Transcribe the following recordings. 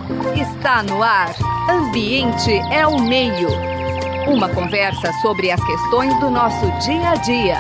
Está no ar. Ambiente é o meio. Uma conversa sobre as questões do nosso dia a dia.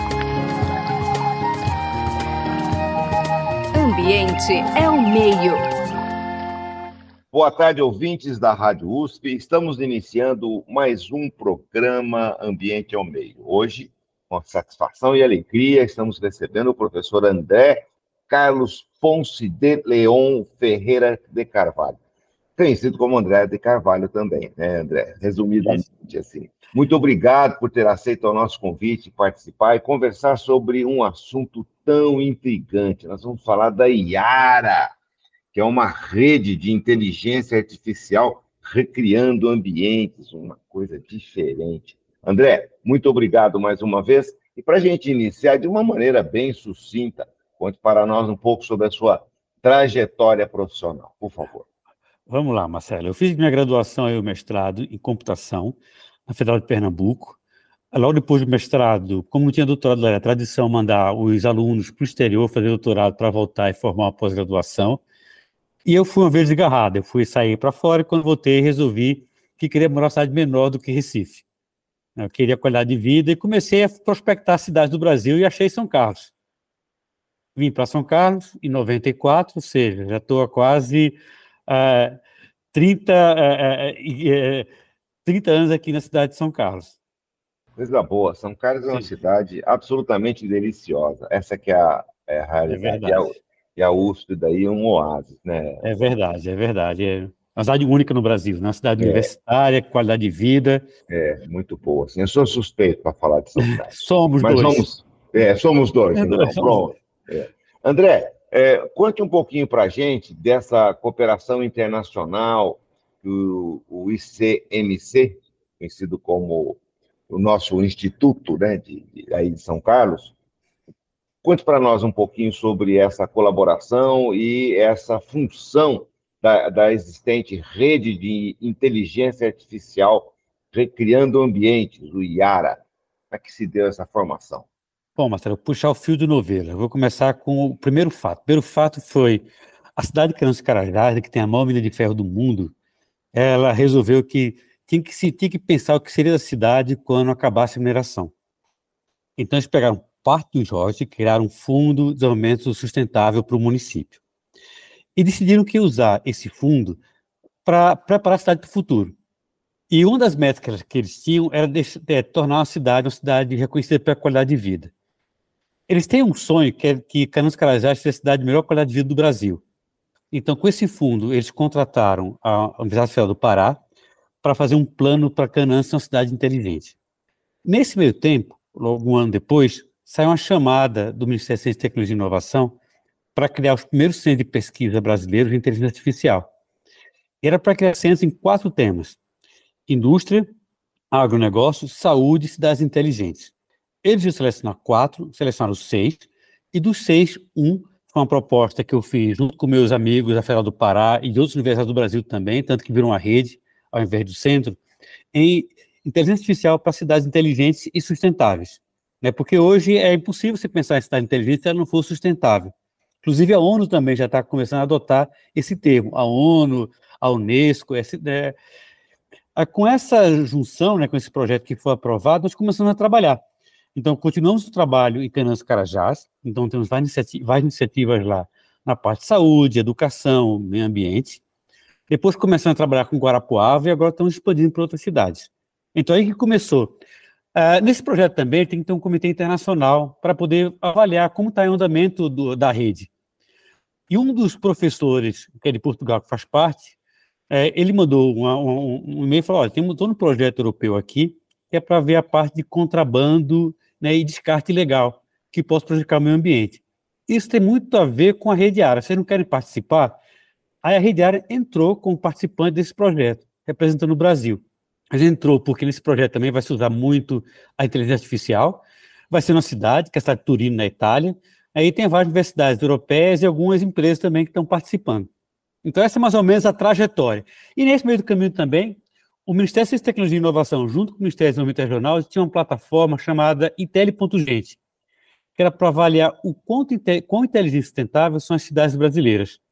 Ambiente é o meio. Boa tarde, ouvintes da Rádio USP. Estamos iniciando mais um programa Ambiente é o Meio. Hoje, com satisfação e alegria, estamos recebendo o professor André Carlos Ponce de Leon Ferreira de Carvalho, conhecido como André de Carvalho também, né, André? Resumidamente, assim. Muito obrigado por ter aceito o nosso convite, participar e conversar sobre um assunto tão intrigante. Nós vamos falar da Iara, que é uma rede de inteligência artificial recriando ambientes, uma coisa diferente. André, muito obrigado mais uma vez. E para a gente iniciar de uma maneira bem sucinta, conte para nós um pouco sobre a sua trajetória profissional, por favor. Vamos lá, Marcelo. Eu fiz minha graduação e o mestrado em computação na Federal de Pernambuco. Logo depois do mestrado, como não tinha doutorado, era tradição mandar os alunos para o exterior fazer doutorado para voltar e formar uma pós-graduação. E eu fui uma vez desgarrado, eu fui sair para fora e quando voltei resolvi que queria morar em uma cidade menor do que Recife. Eu queria qualidade de vida e comecei a prospectar cidades do Brasil e achei São Carlos. Vim para São Carlos em 94, ou seja, já estou há quase 30 anos aqui na cidade de São Carlos. Coisa boa, São Carlos é uma cidade absolutamente deliciosa, essa que é a realidade. É verdade. E a USP daí é um oásis, né? É verdade, é verdade. É uma cidade única no Brasil, né? Uma cidade universitária, qualidade de vida. É, muito boa. Assim, eu sou suspeito para falar de São Carlos. Somos Mas dois. Somos dois, então. Pronto. André, conte um pouquinho para a gente dessa cooperação internacional que o ICMC, conhecido como o nosso instituto, né, aí de São Carlos. Conte para nós um pouquinho sobre essa colaboração e essa função da existente rede de inteligência artificial recriando ambientes, o IARA. Como é que se deu essa formação? Bom, Marcelo, vou puxar o fio de novela. Eu vou começar com o primeiro fato. O primeiro fato foi a cidade de Carajás, que tem a maior mina de ferro do mundo, ela resolveu que tinha que pensar o que seria da cidade quando acabasse a mineração. Então, eles pegaram parte dos royalties e criaram um fundo de desenvolvimento sustentável para o município. E decidiram que usar esse fundo para preparar a cidade para o futuro. E uma das métricas que eles tinham era tornar uma cidade reconhecida pela qualidade de vida. Eles têm um sonho que é que Carajás seja a cidade de melhor qualidade de vida do Brasil. Então, com esse fundo, eles contrataram a Universidade Federal do Pará para fazer um plano para Canaã ser uma cidade inteligente. Nesse meio tempo, logo um ano depois, saiu uma chamada do Ministério da Ciência, Tecnologia e Inovação para criar os primeiros centros de pesquisa brasileiros de inteligência artificial. Era para criar centros em 4 temas: indústria, agronegócio, saúde e cidades inteligentes. Eles iam selecionar 4, selecionaram 6, e dos 6, um foi uma proposta que eu fiz junto com meus amigos da Federal do Pará e de outras universidades do Brasil também, tanto que virou uma rede, ao invés do centro, em inteligência artificial para cidades inteligentes e sustentáveis. Né? Porque hoje é impossível você pensar em cidade inteligente se ela não for sustentável. Inclusive a ONU também já está começando a adotar esse termo, a ONU, a Unesco, com essa junção, né, com esse projeto que foi aprovado, nós começamos a trabalhar. Então, continuamos o trabalho em Carajás, então temos várias iniciativas lá na parte de saúde, educação, meio ambiente. Depois começamos a trabalhar com Guarapuava e agora estamos expandindo para outras cidades. Então, aí que começou. Nesse projeto também tem que ter um comitê internacional para poder avaliar como está o andamento da rede. E um dos professores, que é de Portugal, que faz parte, ele mandou um e-mail e falou: olha, estou no projeto europeu aqui, que é para ver a parte de contrabando, né, e descarte ilegal, que possa prejudicar o meio ambiente. Isso tem muito a ver com a Rede Ara. Vocês não querem participar? Aí a Rede Ara entrou como participante desse projeto, representando o Brasil. A gente entrou porque nesse projeto também vai se usar muito a inteligência artificial, vai ser numa cidade, que é a cidade de Turino, na Itália, aí tem várias universidades europeias e algumas empresas também que estão participando. Então essa é mais ou menos a trajetória. E nesse meio do caminho também, o Ministério da Ciência, Tecnologia e Inovação, junto com o Ministério do Desenvolvimento Regional, tinha uma plataforma chamada Intelli.gente, que era para avaliar quão inteligente e sustentável são as cidades brasileiras.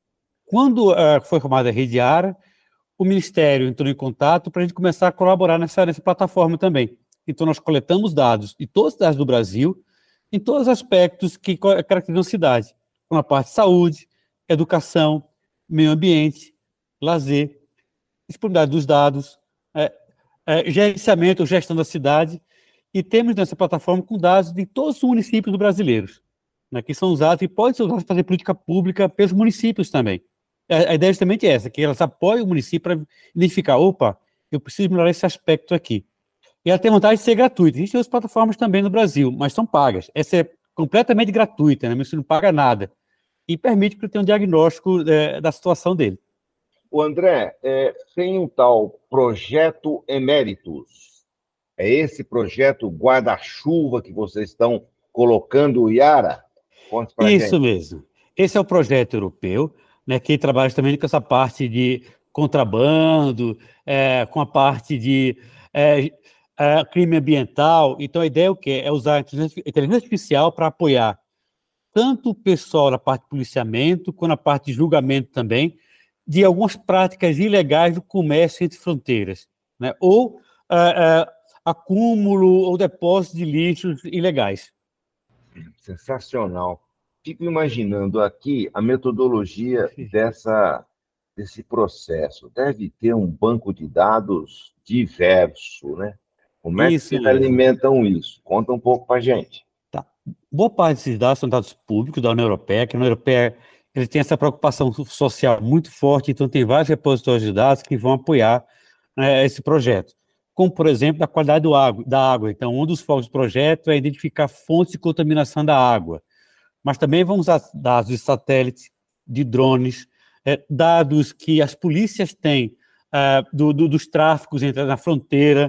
Quando foi formada a Rede Ara, o Ministério entrou em contato para a gente começar a colaborar nessa plataforma também. Então, nós coletamos dados, e todos os dados do Brasil, em todos os aspectos que caracterizam a cidade, como a parte de saúde, educação, meio ambiente, lazer, disponibilidade dos dados, gerenciamento, gestão da cidade, e temos nessa plataforma com dados de todos os municípios brasileiros, né, que são usados e podem ser usados para fazer política pública pelos municípios também. A ideia é justamente essa, que elas apoiam o município para identificar, opa, eu preciso melhorar esse aspecto aqui. E ela tem vantagem de ser gratuita. Existem outras plataformas também no Brasil, mas são pagas. Essa é completamente gratuita, né? Você não paga nada. E permite que eu tenha um diagnóstico da situação dele. O André, tem um tal Projeto Eméritos. É esse projeto guarda-chuva que vocês estão colocando o Iara? Conte para a gente. Isso mesmo. Esse é o projeto europeu, né, que trabalha também com essa parte de contrabando, com a parte de crime ambiental. Então, a ideia é o quê? É usar a inteligência artificial para apoiar tanto o pessoal na parte de policiamento, quanto na parte de julgamento também, de algumas práticas ilegais do comércio entre fronteiras, né? Ou acúmulo ou depósito de lixos ilegais. Sensacional. Fico imaginando aqui a metodologia desse processo. Deve ter um banco de dados diverso, né? Como é que Isso vocês mesmo. alimentam isso? Conta um pouco para a gente. Tá. Boa parte desses dados são dados públicos da União Europeia, que a União Europeia ele tem essa preocupação social muito forte, então tem vários repositórios de dados que vão apoiar esse projeto. Como, por exemplo, a qualidade da água. Então, um dos focos do projeto é identificar fontes de contaminação da água. Mas também vamos usar dados de satélites, de drones, dados que as polícias têm dos tráficos na fronteira,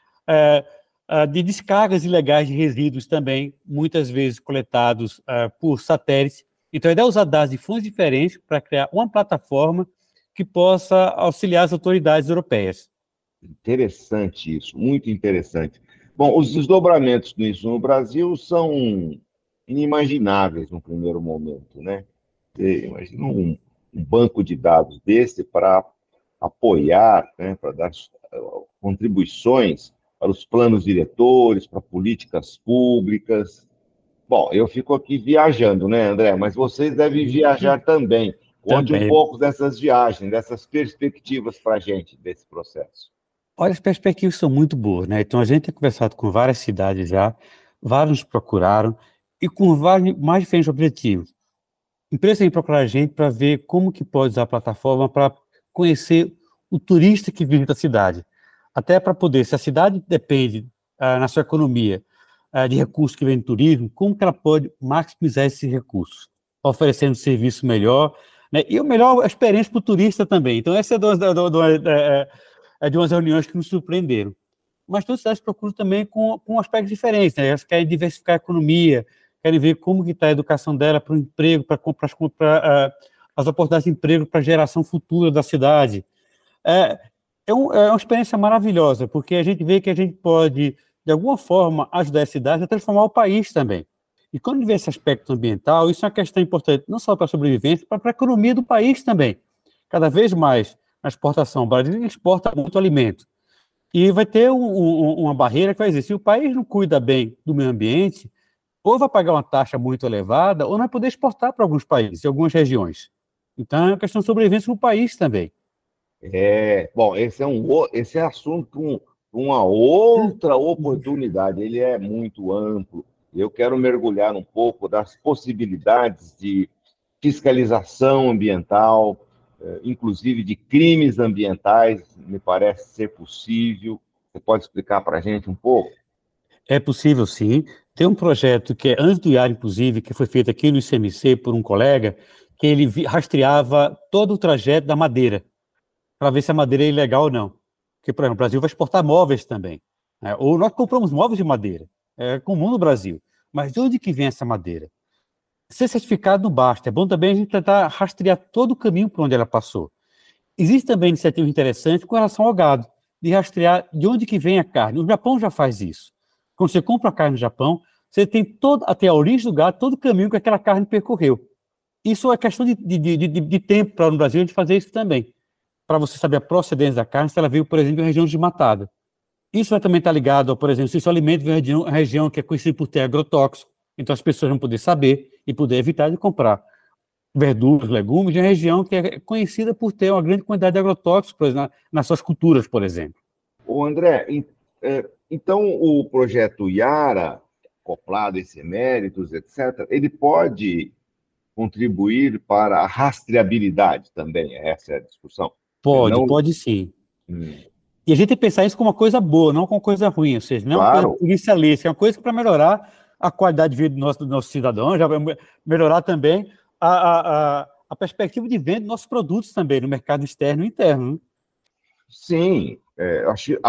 de descargas ilegais de resíduos também, muitas vezes coletados por satélites. Então, a ideia é usar dados de fontes diferentes para criar uma plataforma que possa auxiliar as autoridades europeias. Interessante isso, muito interessante. Bom, os desdobramentos disso no Brasil são inimagináveis no primeiro momento, né? Você imagina um banco de dados desse para apoiar, né, para dar contribuições para os planos diretores, para políticas públicas. Bom, eu fico aqui viajando, né, André? Mas vocês devem viajar também. Conte um pouco dessas viagens, dessas perspectivas para a gente, desse processo. Olha, as perspectivas são muito boas, né? Então, a gente tem conversado com várias cidades já, vários nos procuraram, e com vários mais diferentes objetivos. Empresas têm procurado a gente para ver como que pode usar a plataforma para conhecer o turista que visita a cidade. Até para poder, se a cidade depende, na sua economia, de recursos que vêm do turismo, como que ela pode maximizar esses recursos, oferecendo um serviço melhor, né? E a melhor experiência para o turista também. Então, essa é de umas reuniões que nos surpreenderam. Mas todas as cidades procuram também com aspectos diferentes, né? Elas querem diversificar a economia, querem ver como que está a educação dela para o emprego, para as oportunidades de emprego para a geração futura da cidade. É uma experiência maravilhosa, porque a gente vê que a gente pode, de alguma forma, ajudar a cidade a transformar o país também. E quando a gente vê esse aspecto ambiental, isso é uma questão importante, não só para a sobrevivência, mas para a economia do país também. Cada vez mais, na exportação, o Brasil exporta muito alimento. E vai ter uma barreira que vai dizer, se o país não cuida bem do meio ambiente, ou vai pagar uma taxa muito elevada, ou não vai poder exportar para alguns países, em algumas regiões. Então, é uma questão de sobrevivência no país também. Bom, esse é assunto com uma outra oportunidade, ele é muito amplo. Eu quero mergulhar um pouco das possibilidades de fiscalização ambiental, inclusive de crimes ambientais, me parece ser possível. Você pode explicar para a gente um pouco? É possível, sim. Tem um projeto que é antes do IAR, inclusive, que foi feito aqui no ICMC por um colega, que ele rastreava todo o trajeto da madeira, para ver se a madeira é ilegal ou não. Porque, por exemplo, o Brasil vai exportar móveis também, né? Ou nós compramos móveis de madeira, é comum no Brasil. Mas de onde que vem essa madeira? Ser certificado não basta, é bom também a gente tentar rastrear todo o caminho por onde ela passou. Existe também iniciativa interessante com relação ao gado, de rastrear de onde que vem a carne. O Japão já faz isso. Quando você compra a carne no Japão, você tem até a origem do gado, todo o caminho que aquela carne percorreu. Isso é questão de tempo para no Brasil a gente fazer isso também. Para você saber a procedência da carne, se ela veio, por exemplo, de uma região desmatada. Isso vai também estar ligado, por exemplo, se esse alimento vem de uma região que é conhecida por ter agrotóxico, então as pessoas vão poder saber e poder evitar de comprar verduras, legumes de uma região que é conhecida por ter uma grande quantidade de agrotóxicos, por exemplo, nas suas culturas, por exemplo. Ô André, então o projeto Iara, acoplado a esse eméritos, etc., ele pode contribuir para a rastreabilidade também, essa é a discussão. Pode sim. E a gente tem que pensar isso como uma coisa boa, não como uma coisa ruim, ou seja, não é uma coisa policialista, é uma coisa para melhorar a qualidade de vida do nosso cidadão, já vai melhorar também a perspectiva de venda dos nossos produtos também, no mercado externo e interno. Né? Sim, acho que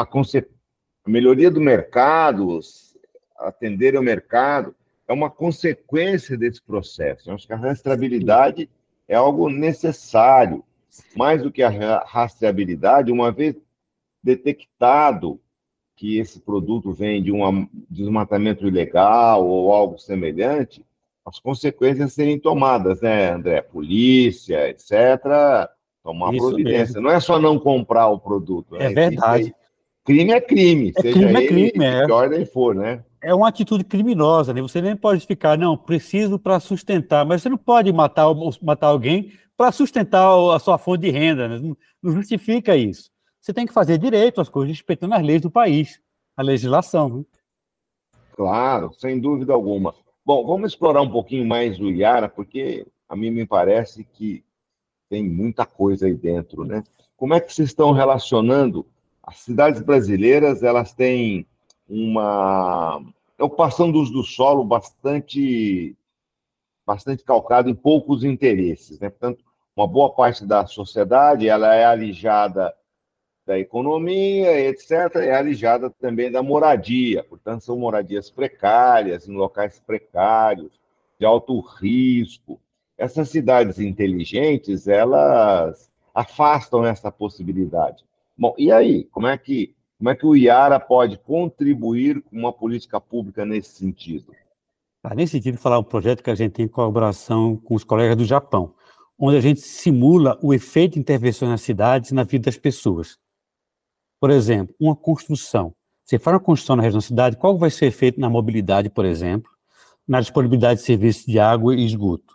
a melhoria do mercado, atender ao mercado, é uma consequência desse processo. Eu acho que a rastreabilidade é algo necessário, mais do que a rastreabilidade, uma vez detectado que esse produto vem de um desmatamento ilegal ou algo semelhante, as consequências serem tomadas, né, André? Polícia, etc., tomar Isso providência. mesmo. Não é só não comprar o produto, né? É verdade. Aí, crime é crime, seja ele crime, de que ordem for, né? É uma atitude criminosa, né? Você nem pode ficar, não, preciso para sustentar, mas você não pode matar alguém para sustentar a sua fonte de renda, né? Não justifica isso. Você tem que fazer direito às coisas, respeitando as leis do país, a legislação. Né? Claro, sem dúvida alguma. Bom, vamos explorar um pouquinho mais o Iara, porque a mim me parece que tem muita coisa aí dentro, né? Como é que vocês estão relacionando? As cidades brasileiras, elas têm uma ocupação do uso do solo bastante calcado em poucos interesses, né? Portanto, uma boa parte da sociedade, ela é alijada da economia, etc., é alijada também da moradia. Portanto, são moradias precárias, em locais precários, de alto risco. Essas cidades inteligentes, elas afastam essa possibilidade. Bom, e aí? Como é que o Iara pode contribuir com uma política pública nesse sentido? Nesse sentido, falar um projeto que a gente tem em colaboração com os colegas do Japão, onde a gente simula o efeito de intervenção nas cidades e na vida das pessoas. Por exemplo, uma construção. Você faz uma construção na região da cidade, qual vai ser o efeito na mobilidade, por exemplo, na disponibilidade de serviços de água e esgoto?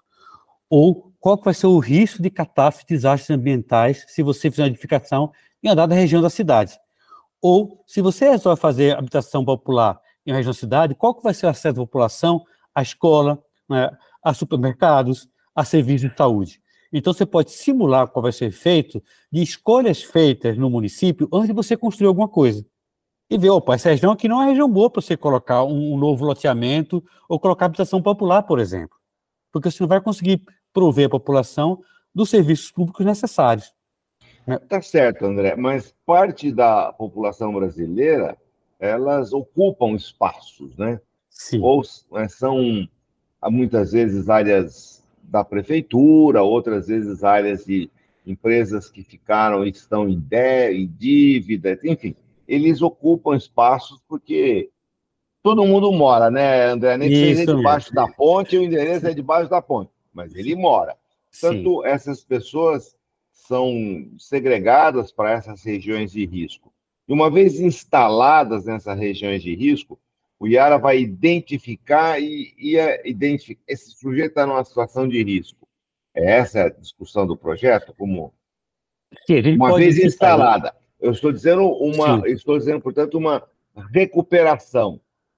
Ou qual vai ser o risco de catástrofe de desastres ambientais se você fizer uma edificação em uma dada região da cidade? Ou, se você resolve fazer habitação popular em uma região da cidade, qual que vai ser o acesso da população à escola, né, a supermercados, a serviços de saúde? Então, você pode simular qual vai ser feito de escolhas feitas no município antes de você construir alguma coisa. E ver, opa, essa região aqui não é uma região boa para você colocar um novo loteamento ou colocar habitação popular, por exemplo. Porque você não vai conseguir prover a população dos serviços públicos necessários. Tá certo, André, mas parte da população brasileira, elas ocupam espaços, né? Sim. Ou são, muitas vezes, áreas da prefeitura, outras vezes áreas de empresas que ficaram e estão em dívida, enfim, eles ocupam espaços porque todo mundo mora, né, André? Nem que seja debaixo da ponte, o endereço é debaixo da ponte, mas ele mora. Portanto, essas pessoas são segregadas para essas regiões de risco. E uma vez instaladas nessas regiões de risco, o Iara vai identificar esse sujeito está numa situação de risco. Essa é a discussão do projeto, como uma vez instalada. Eu estou dizendo portanto, uma recuperação,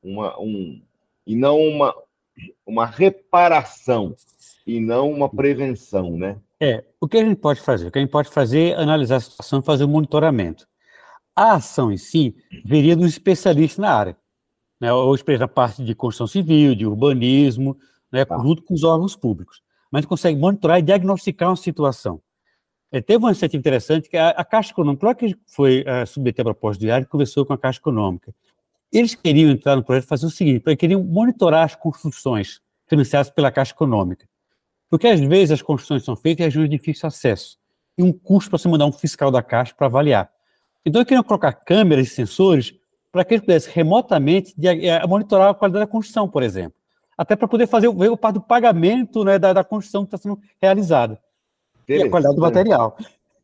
e não uma reparação, e não uma prevenção, né? O que a gente pode fazer? O que a gente pode fazer é analisar a situação e fazer um monitoramento. A ação em si viria dos especialistas na área, né, ou na parte de construção civil, de urbanismo, né, junto com os órgãos públicos. Mas a gente consegue monitorar e diagnosticar uma situação. Teve uma iniciativa interessante que a Caixa Econômica, logo que foi submeter a proposta do Iara, conversou com a Caixa Econômica. Eles queriam entrar no projeto e fazer o seguinte, eles queriam monitorar as construções financiadas pela Caixa Econômica. Porque, às vezes, as construções são feitas em regiões de difícil acesso. E um custo para você mandar um fiscal da Caixa para avaliar. Então, eu queria colocar câmeras e sensores para que eles pudessem remotamente monitorar a qualidade da construção, por exemplo. até para poder fazer ver o parte do pagamento, né, da construção que está sendo realizada. E a qualidade do material.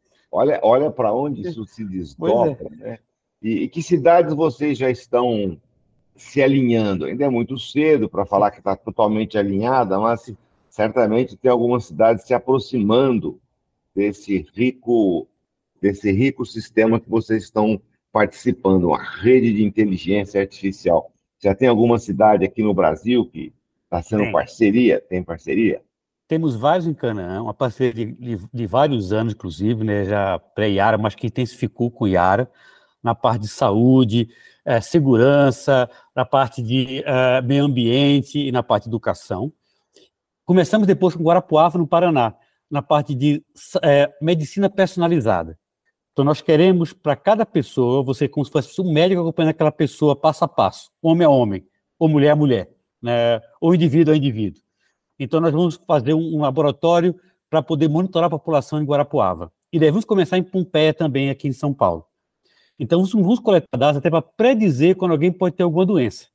Olha para onde isso se desdobra, né? E que cidades vocês já estão se alinhando? Ainda é muito cedo para falar que está totalmente alinhada, mas certamente tem algumas cidades se aproximando desse rico sistema que vocês estão participando, uma rede de inteligência artificial. Já tem alguma cidade aqui no Brasil que está sendo parceria? Tem parceria? Temos vários em Canaã, uma parceria de vários anos, inclusive, né, já pré-Iara, mas que intensificou com Iara, na parte de saúde, segurança, na parte de meio ambiente e na parte de educação. Começamos depois com Guarapuava, no Paraná, na parte de medicina personalizada. Então, nós queremos, para cada pessoa, você como se fosse um médico acompanhando aquela pessoa passo a passo, homem a homem, ou mulher a mulher, né, ou indivíduo a indivíduo. Então, nós vamos fazer um laboratório para poder monitorar a população em Guarapuava. E devemos começar em Pompeia também, aqui em São Paulo. Então, vamos coletar dados até para predizer quando alguém pode ter alguma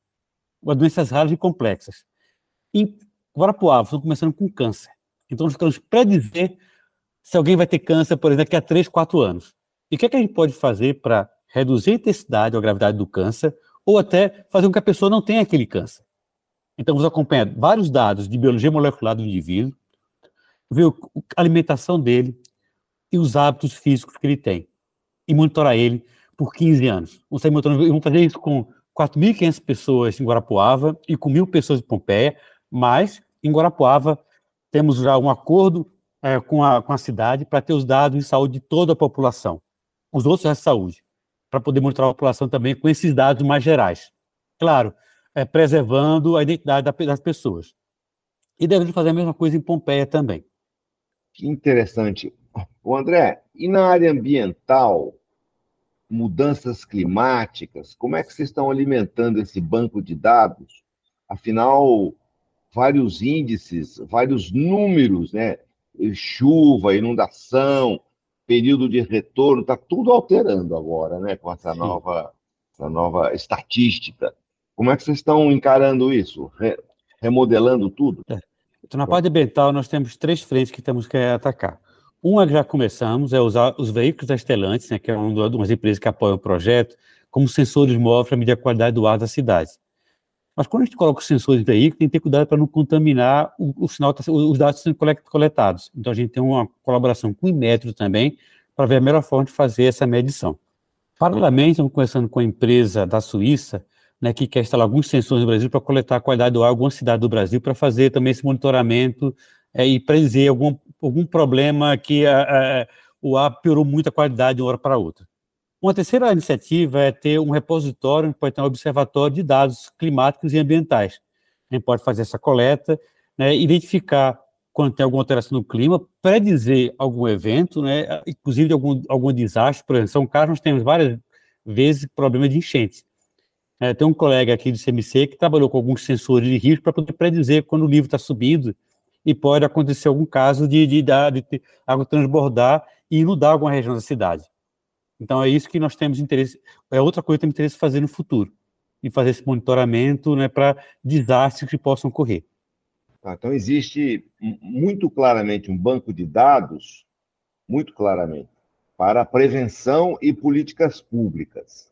doenças raras e complexas. Em Guarapuava, estamos começando com câncer. Então, nós queremos predizer se alguém vai ter câncer, por exemplo, daqui a 3, 4 anos. E o que é que a gente pode fazer para reduzir a intensidade ou a gravidade do câncer, ou até fazer com que a pessoa não tenha aquele câncer? Então, vamos acompanhar vários dados de biologia molecular do indivíduo, ver a alimentação dele e os hábitos físicos que ele tem, e monitorar ele por 15 anos. Vamos fazer isso com 4.500 pessoas em Guarapuava e com 1.000 pessoas em Pompeia, mas em Guarapuava temos já um acordo com a cidade para ter os dados de saúde de toda a população, os outros de saúde, para poder monitorar a população também com esses dados mais gerais. Claro, preservando a identidade das pessoas. E devemos fazer a mesma coisa em Pompeia também. Que interessante. O André, e na área ambiental, mudanças climáticas, como é que vocês estão alimentando esse banco de dados? Afinal, vários índices, vários números, né? Chuva, inundação, período de retorno, está tudo alterando agora, né? Com essa nova estatística. Como é que vocês estão encarando isso? Remodelando tudo? Então, na parte ambiental, nós temos 3 frentes que temos que atacar. Uma que já começamos é usar os veículos da Stellantis, né, que é uma das empresas que apoiam o projeto, como sensores móveis para medir a qualidade do ar da cidade. Mas quando a gente coloca os sensores no veículo, tem que ter cuidado para não contaminar os dados sendo coletados. Então, a gente tem uma colaboração com o Inmetro também, para ver a melhor forma de fazer essa medição. Paralelamente, estamos conversando com a empresa da Suíça, né, que quer instalar alguns sensores no Brasil para coletar a qualidade do ar em alguma cidade do Brasil, para fazer também esse monitoramento e predizer algum problema que o ar piorou muito a qualidade de uma hora para outra. Uma terceira iniciativa é ter um repositório, pode ter um observatório de dados climáticos e ambientais. A gente pode fazer essa coleta, né, identificar quando tem alguma alteração no clima, predizer algum evento, né, inclusive de algum desastre. Por exemplo, em São Carlos nós temos várias vezes problema de enchentes. Tem um colega aqui do CMC que trabalhou com alguns sensores de risco para poder predizer quando o nível está subindo e pode acontecer algum caso de água transbordar e inundar alguma região da cidade. Então, é isso que nós temos interesse, é outra coisa que temos interesse em fazer no futuro, e fazer esse monitoramento, né, para desastres que possam ocorrer. Então, existe muito claramente um banco de dados, muito claramente, para prevenção e políticas públicas.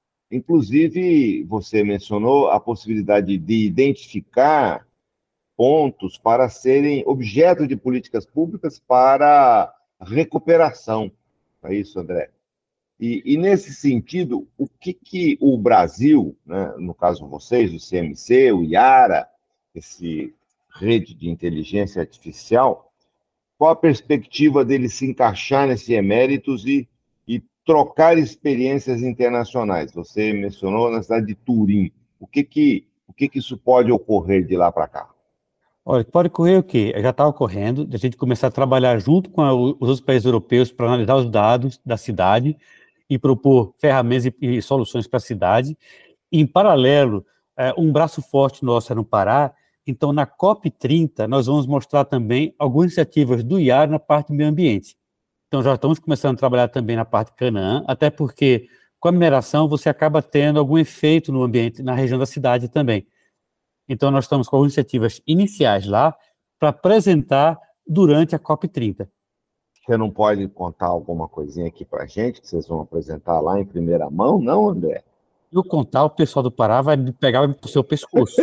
Inclusive, você mencionou a possibilidade de identificar pontos para serem objeto de políticas públicas para recuperação. É isso, André? E nesse sentido, o que o Brasil, né, no caso vocês, o CMC, o IARA, esse rede de inteligência artificial, qual a perspectiva dele se encaixar nesse eméritos e trocar experiências internacionais? Você mencionou na cidade de Turim. O que isso pode ocorrer de lá para cá? Olha, pode ocorrer o quê? Já está ocorrendo, de a gente começar a trabalhar junto com os outros países europeus para analisar os dados da cidade e propor ferramentas e soluções para a cidade. Em paralelo, um braço forte nosso é no Pará. Então, na COP30, nós vamos mostrar também algumas iniciativas do IAR na parte do meio ambiente. Então, já estamos começando a trabalhar também na parte de Canaã, até porque, com a mineração, você acaba tendo algum efeito no ambiente, na região da cidade também. Então, nós estamos com iniciativas iniciais lá para apresentar durante a COP30. Você não pode contar alguma coisinha aqui para a gente, que vocês vão apresentar lá em primeira mão, não, André? Se eu contar, o pessoal do Pará vai me pegar para o seu pescoço.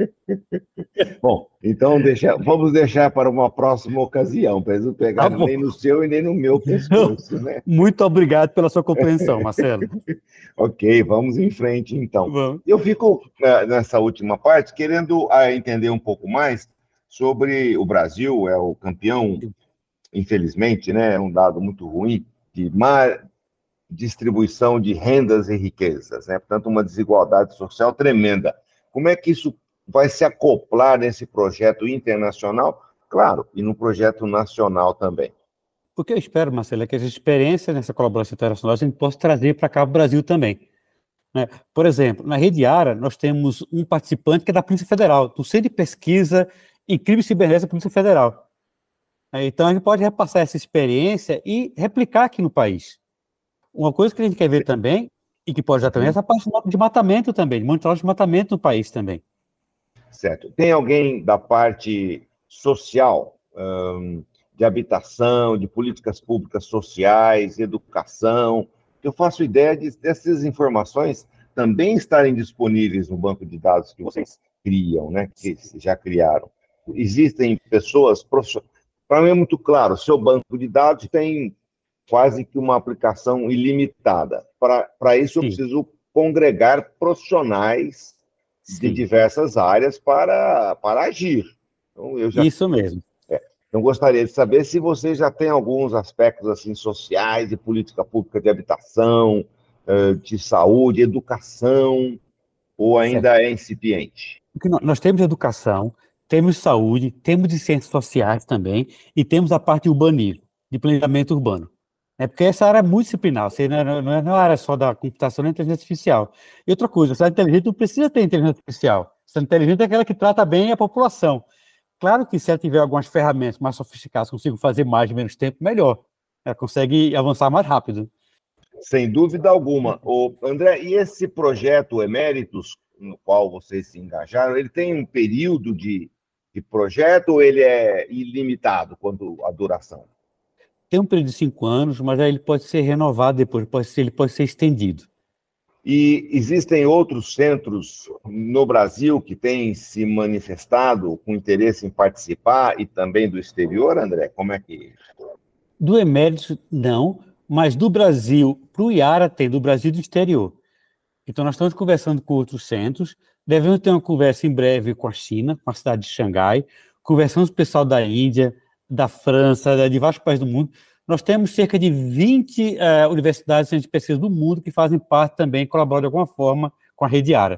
Bom, então vamos deixar para uma próxima ocasião, para eles não pegarem nem no seu e nem no meu pescoço, né? Muito obrigado pela sua compreensão, Marcelo. Ok, vamos em frente, então. Vamos. Eu fico, nessa última parte, querendo entender um pouco mais sobre o Brasil, é o campeão, infelizmente, né? É um dado muito ruim, de má distribuição de rendas e riquezas, né? Portanto, uma desigualdade social tremenda. Como é que isso vai se acoplar nesse projeto internacional? Claro, e no projeto nacional também. O que eu espero, Marcelo, é que essa experiência nessa colaboração internacional a gente possa trazer para cá o Brasil também, né? Por exemplo, na Rede Ara, nós temos um participante que é da Polícia Federal, do Centro de Pesquisa em Crimes Cibernéticos da Polícia Federal. Então, a gente pode repassar essa experiência e replicar aqui no país. Uma coisa que a gente quer ver também, e que pode já também, é essa parte de matamento também, de monitoragem de matamento no país também. Certo. Tem alguém da parte social, de habitação, de políticas públicas sociais, educação, que eu faço ideia dessas informações também estarem disponíveis no banco de dados que vocês criam, né? Que já criaram. Existem pessoas profissionais. Para mim é muito claro, o seu banco de dados tem quase que uma aplicação ilimitada. Para isso, eu preciso congregar profissionais de diversas áreas para agir. Então, Isso mesmo. Então, gostaria de saber se você já tem alguns aspectos assim, sociais, de política pública de habitação, de saúde, educação, ou ainda é incipiente? Porque nós temos educação, temos saúde, temos de ciências sociais também, e temos a parte de urbanismo, de planejamento urbano. Porque essa área é multidisciplinar, não é uma área só da computação nem inteligência artificial. E outra coisa, a cidade inteligente não precisa ter inteligência artificial. A cidade inteligente é aquela que trata bem a população. Claro que se ela tiver algumas ferramentas mais sofisticadas, consigo fazer mais em menos tempo, melhor. Ela consegue avançar mais rápido. Sem dúvida alguma. André, e esse projeto Eméritos, no qual vocês se engajaram, ele tem um período de projeto ou ele é ilimitado quanto à duração? Tem um período de 5 anos, mas aí ele pode ser renovado depois, ele pode ser estendido. E existem outros centros no Brasil que têm se manifestado com interesse em participar e também do exterior, André? Como é que... Do Eméritos, não, mas do Brasil para o Iara tem, do Brasil e do exterior. Então, nós estamos conversando com outros centros, devemos ter uma conversa em breve com a China, com a cidade de Xangai, conversamos com o pessoal da Índia, da França, de vários países do mundo. Nós temos cerca de 20 universidades e centros de pesquisa do mundo que fazem parte também, colaboram de alguma forma com a Rede Ara.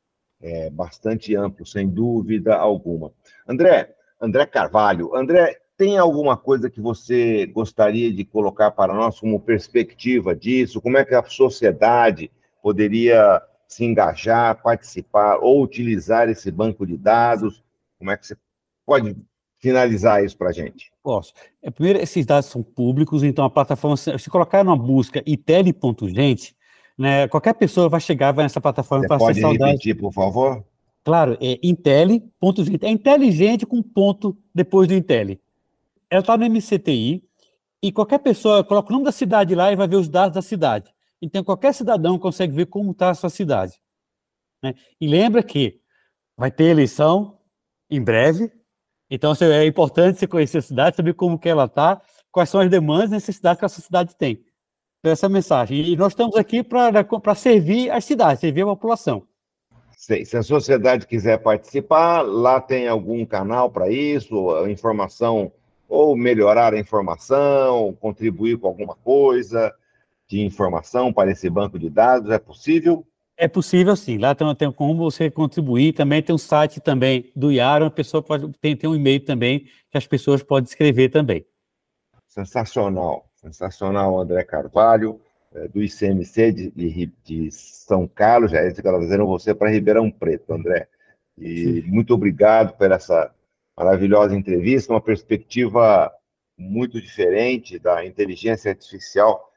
É bastante amplo, sem dúvida alguma. André Carvalho, André, tem alguma coisa que você gostaria de colocar para nós como perspectiva disso? Como é que a sociedade poderia se engajar, participar ou utilizar esse banco de dados? Como é que você pode finalizar isso para a gente? Posso. Primeiro, esses dados são públicos, então a plataforma, se colocar numa busca itele.gente, né, qualquer pessoa vai chegar, vai nessa plataforma e vai acessar o dado. Pode repetir, por favor? Claro, é intele.gente. É inteligente com ponto depois do Intele. Ela está no MCTI e qualquer pessoa coloca o nome da cidade lá e vai ver os dados da cidade. Então, qualquer cidadão consegue ver como está a sua cidade, né? E lembra que vai ter eleição em breve, então é importante você conhecer a cidade, saber como que ela está, quais são as demandas e necessidades que a sua cidade tem. Então, essa é a mensagem. E nós estamos aqui para servir as cidades, servir a população. Se a sociedade quiser participar, lá tem algum canal para isso, a informação, ou melhorar a informação, contribuir com alguma coisa de informação para esse banco de dados, é possível? É possível, sim. Lá tem como você contribuir. Também tem um site também do Iara, a pessoa pode tem um e-mail também que as pessoas podem escrever também. Sensacional, sensacional, André Carvalho, do ICMC de São Carlos, já estava trazendo você para Ribeirão Preto, André. E muito obrigado por essa maravilhosa entrevista, uma perspectiva muito diferente da inteligência artificial,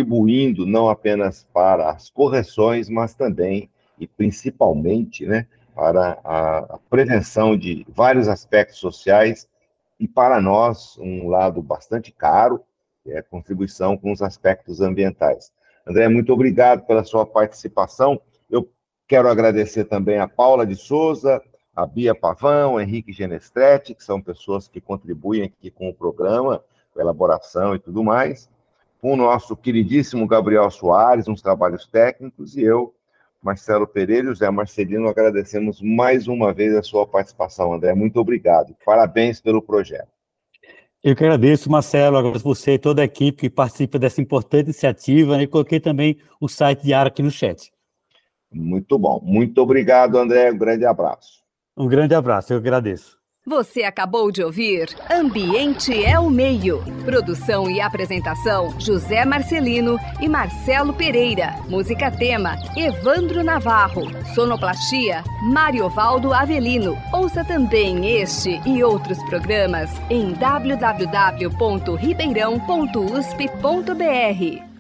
contribuindo não apenas para as correções, mas também e principalmente, né, para a prevenção de vários aspectos sociais e, para nós, um lado bastante caro, que é a contribuição com os aspectos ambientais. André, muito obrigado pela sua participação. Eu quero agradecer também a Paula de Souza, a Bia Pavão, o Henrique Genestretti, que são pessoas que contribuem aqui com o programa, com a elaboração e tudo mais, com o nosso queridíssimo Gabriel Soares, nos trabalhos técnicos, e eu, Marcelo Pereira e José Marcelino, agradecemos mais uma vez a sua participação, André. Muito obrigado. Parabéns pelo projeto. Eu que agradeço, Marcelo, agradeço você e toda a equipe que participa dessa importante iniciativa, né? E coloquei também o site de Ara aqui no chat. Muito bom. Muito obrigado, André. Um grande abraço. Um grande abraço, eu agradeço. Você acabou de ouvir Ambiente é o Meio. Produção e apresentação, José Marcelino e Marcelo Pereira. Música tema, Evandro Navarro. Sonoplastia, Mariovaldo Avelino. Ouça também este e outros programas em www.ribeirão.usp.br.